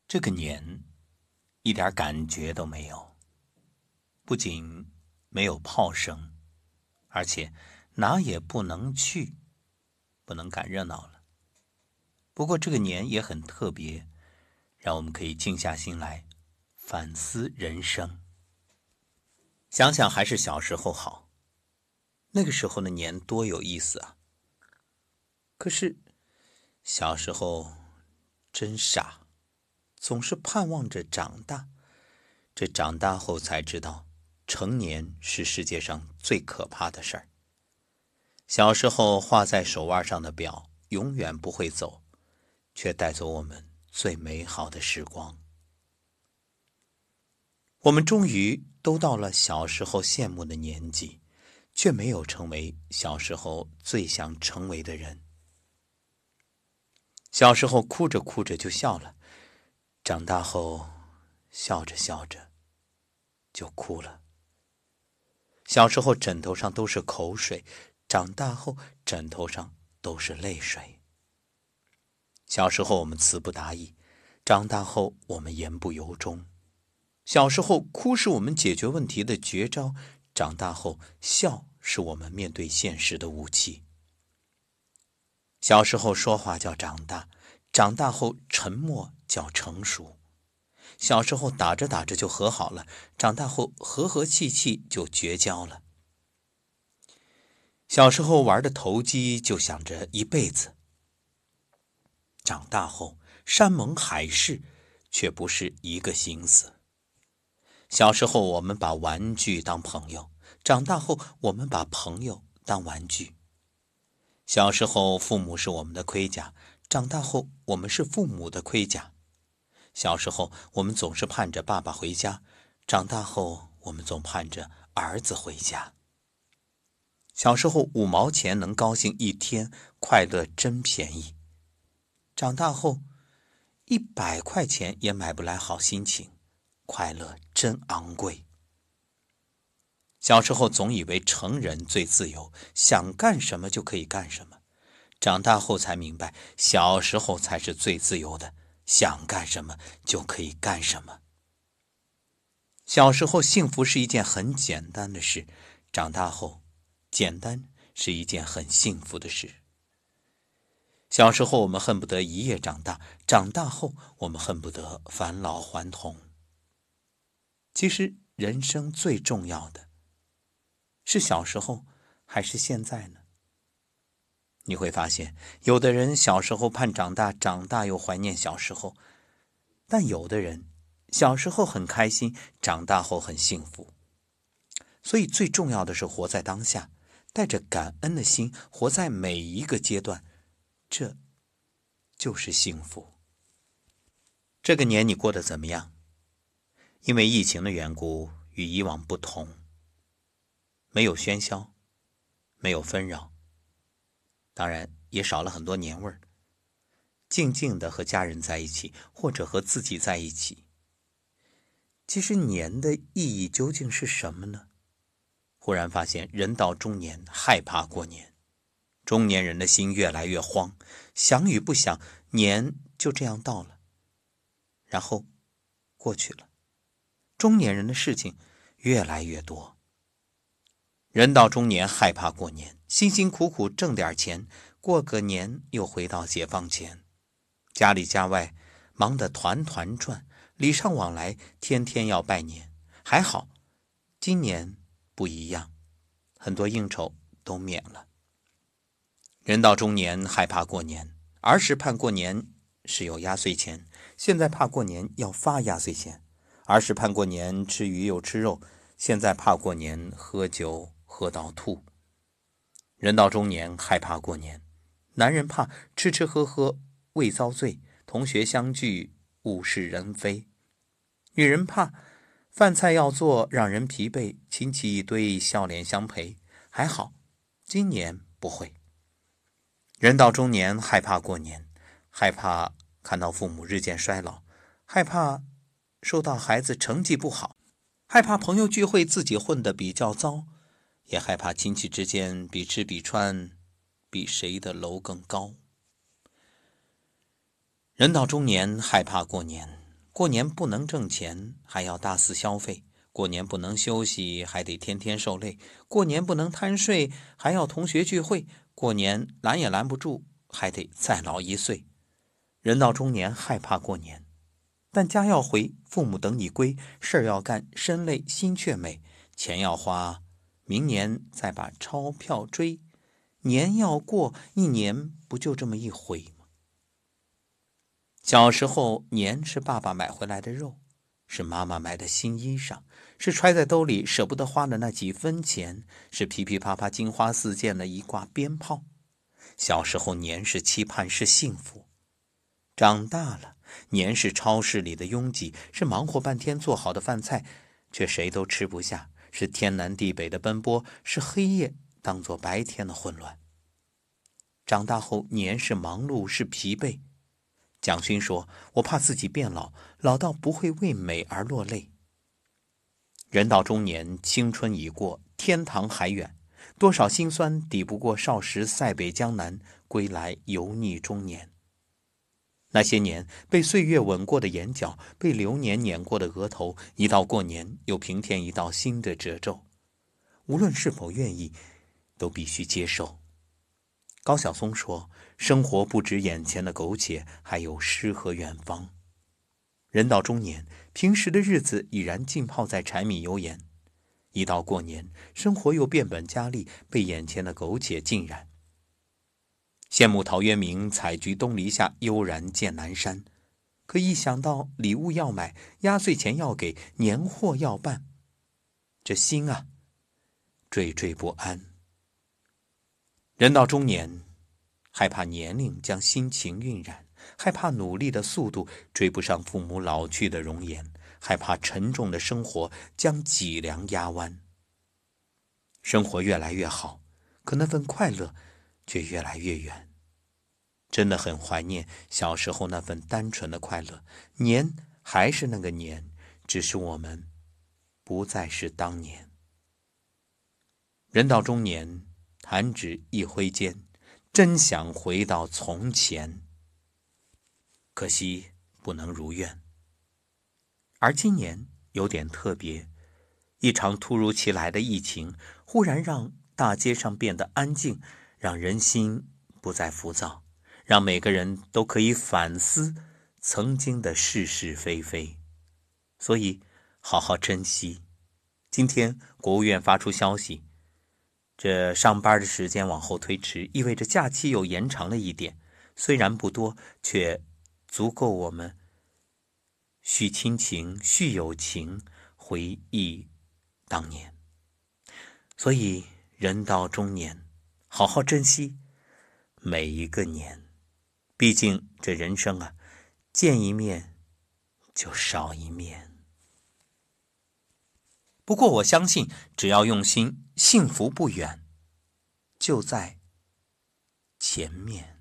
这个年一点感觉都没有，不仅没有炮声，而且哪也不能去，不能赶热闹了。不过这个年也很特别，让我们可以静下心来反思人生。想想还是小时候好，那个时候的年多有意思啊！可是小时候真傻，总是盼望着长大，这长大后才知道，成年是世界上最可怕的事儿。小时候画在手腕上的表永远不会走，却带走我们最美好的时光。我们终于都到了小时候羡慕的年纪，却没有成为小时候最想成为的人。小时候哭着哭着就笑了，长大后笑着笑着就哭了。小时候枕头上都是口水，长大后枕头上都是泪水。小时候我们词不达意，长大后我们言不由衷。小时候哭是我们解决问题的绝招，长大后笑是我们面对现实的武器。小时候说话叫长大，长大后沉默叫成熟。小时候打着打着就和好了，长大后和和气气就绝交了。小时候玩的投机就想着一辈子，长大后山盟海誓却不是一个心思。小时候我们把玩具当朋友，长大后我们把朋友当玩具。小时候父母是我们的盔甲，长大后我们是父母的盔甲。小时候我们总是盼着爸爸回家，长大后我们总盼着儿子回家。小时候5毛钱能高兴一天，快乐真便宜。长大后100块钱也买不来好心情，快乐真昂贵。小时候总以为成人最自由，想干什么就可以干什么。长大后才明白，小时候才是最自由的，想干什么就可以干什么。小时候幸福是一件很简单的事，长大后简单是一件很幸福的事。小时候我们恨不得一夜长大，长大后我们恨不得返老还童。其实人生最重要的是小时候还是现在呢？你会发现，有的人小时候盼长大，长大又怀念小时候，但有的人小时候很开心，长大后很幸福。所以最重要的是活在当下，带着感恩的心活在每一个阶段，这就是幸福。这个年你过得怎么样？因为疫情的缘故，与以往不同，没有喧嚣，没有纷扰，当然也少了很多年味儿。静静地和家人在一起，或者和自己在一起。其实年的意义究竟是什么呢？忽然发现人到中年害怕过年，中年人的心越来越慌，想与不想，年就这样到了，然后过去了。中年人的事情越来越多，人到中年害怕过年，辛辛苦苦挣点钱，过个年又回到解放前，家里家外忙得团团转，礼尚往来，天天要拜年。还好今年不一样，很多应酬都免了。人到中年害怕过年，儿时盼过年是有压岁钱，现在怕过年要发压岁钱。儿时盼过年吃鱼又吃肉，现在怕过年喝酒喝到吐。人到中年害怕过年，男人怕吃吃喝喝未遭罪，同学相聚物是人非。女人怕饭菜要做让人疲惫，亲戚一堆笑脸相陪。还好今年不会。人到中年害怕过年，害怕看到父母日渐衰老，害怕收到孩子成绩不好，害怕朋友聚会自己混得比较糟，也害怕亲戚之间比吃比穿，比谁的楼更高。人到中年害怕过年， 过年不能挣钱，还要大肆消费；过年不能休息，还得天天受累；过年不能贪睡，还要同学聚会；过年拦也拦不住，还得再老1岁。人到中年，害怕过年，但家要回，父母等你归，事儿要干，身累心却美，钱要花，明年再把钞票追。年要过，一年不就这么一回吗？小时候，年是爸爸买回来的肉，是妈妈买的新衣裳，是揣在兜里舍不得花的那几分钱，是噼噼啪啪金花四溅的一挂鞭炮。小时候，年是期盼，是幸福。长大了，年是超市里的拥挤，是忙活半天做好的饭菜，却谁都吃不下，是天南地北的奔波，是黑夜当作白天的混乱。长大后，年是忙碌，是疲惫。蒋勋说，我怕自己变老，老到不会为美而落泪。人到中年，青春已过，天堂还远，多少辛酸抵不过少时塞北江南，归来油腻中年。那些年被岁月吻过的眼角，被流年碾过的额头，一到过年又平添一道新的褶皱。无论是否愿意，都必须接受。高晓松说，生活不止眼前的苟且，还有诗和远方。人到中年，平时的日子已然浸泡在柴米油盐，一到过年，生活又变本加厉，被眼前的苟且浸染。羡慕陶渊明采菊东篱下，悠然见南山，可一想到礼物要买，压岁钱要给，年货要办，这心啊，惴惴不安。人到中年，害怕年龄将心情晕染，害怕努力的速度追不上父母老去的容颜，害怕沉重的生活将脊梁压弯。生活越来越好，可那份快乐却越来越远。真的很怀念小时候那份单纯的快乐，年还是那个年，只是我们不再是当年。人到中年，弹指一挥间，真想回到从前，可惜不能如愿。而今年有点特别，一场突如其来的疫情，忽然让大街上变得安静，让人心不再浮躁，让每个人都可以反思曾经的是是非非。所以好好珍惜。今天国务院发出消息，这上班的时间往后推迟，意味着假期又延长了一点，虽然不多，却足够我们续亲情、续友情，回忆当年。所以人到中年，好好珍惜每一个年，毕竟这人生啊，见一面就少一面。不过我相信，只要用心，幸福不远，就在前面。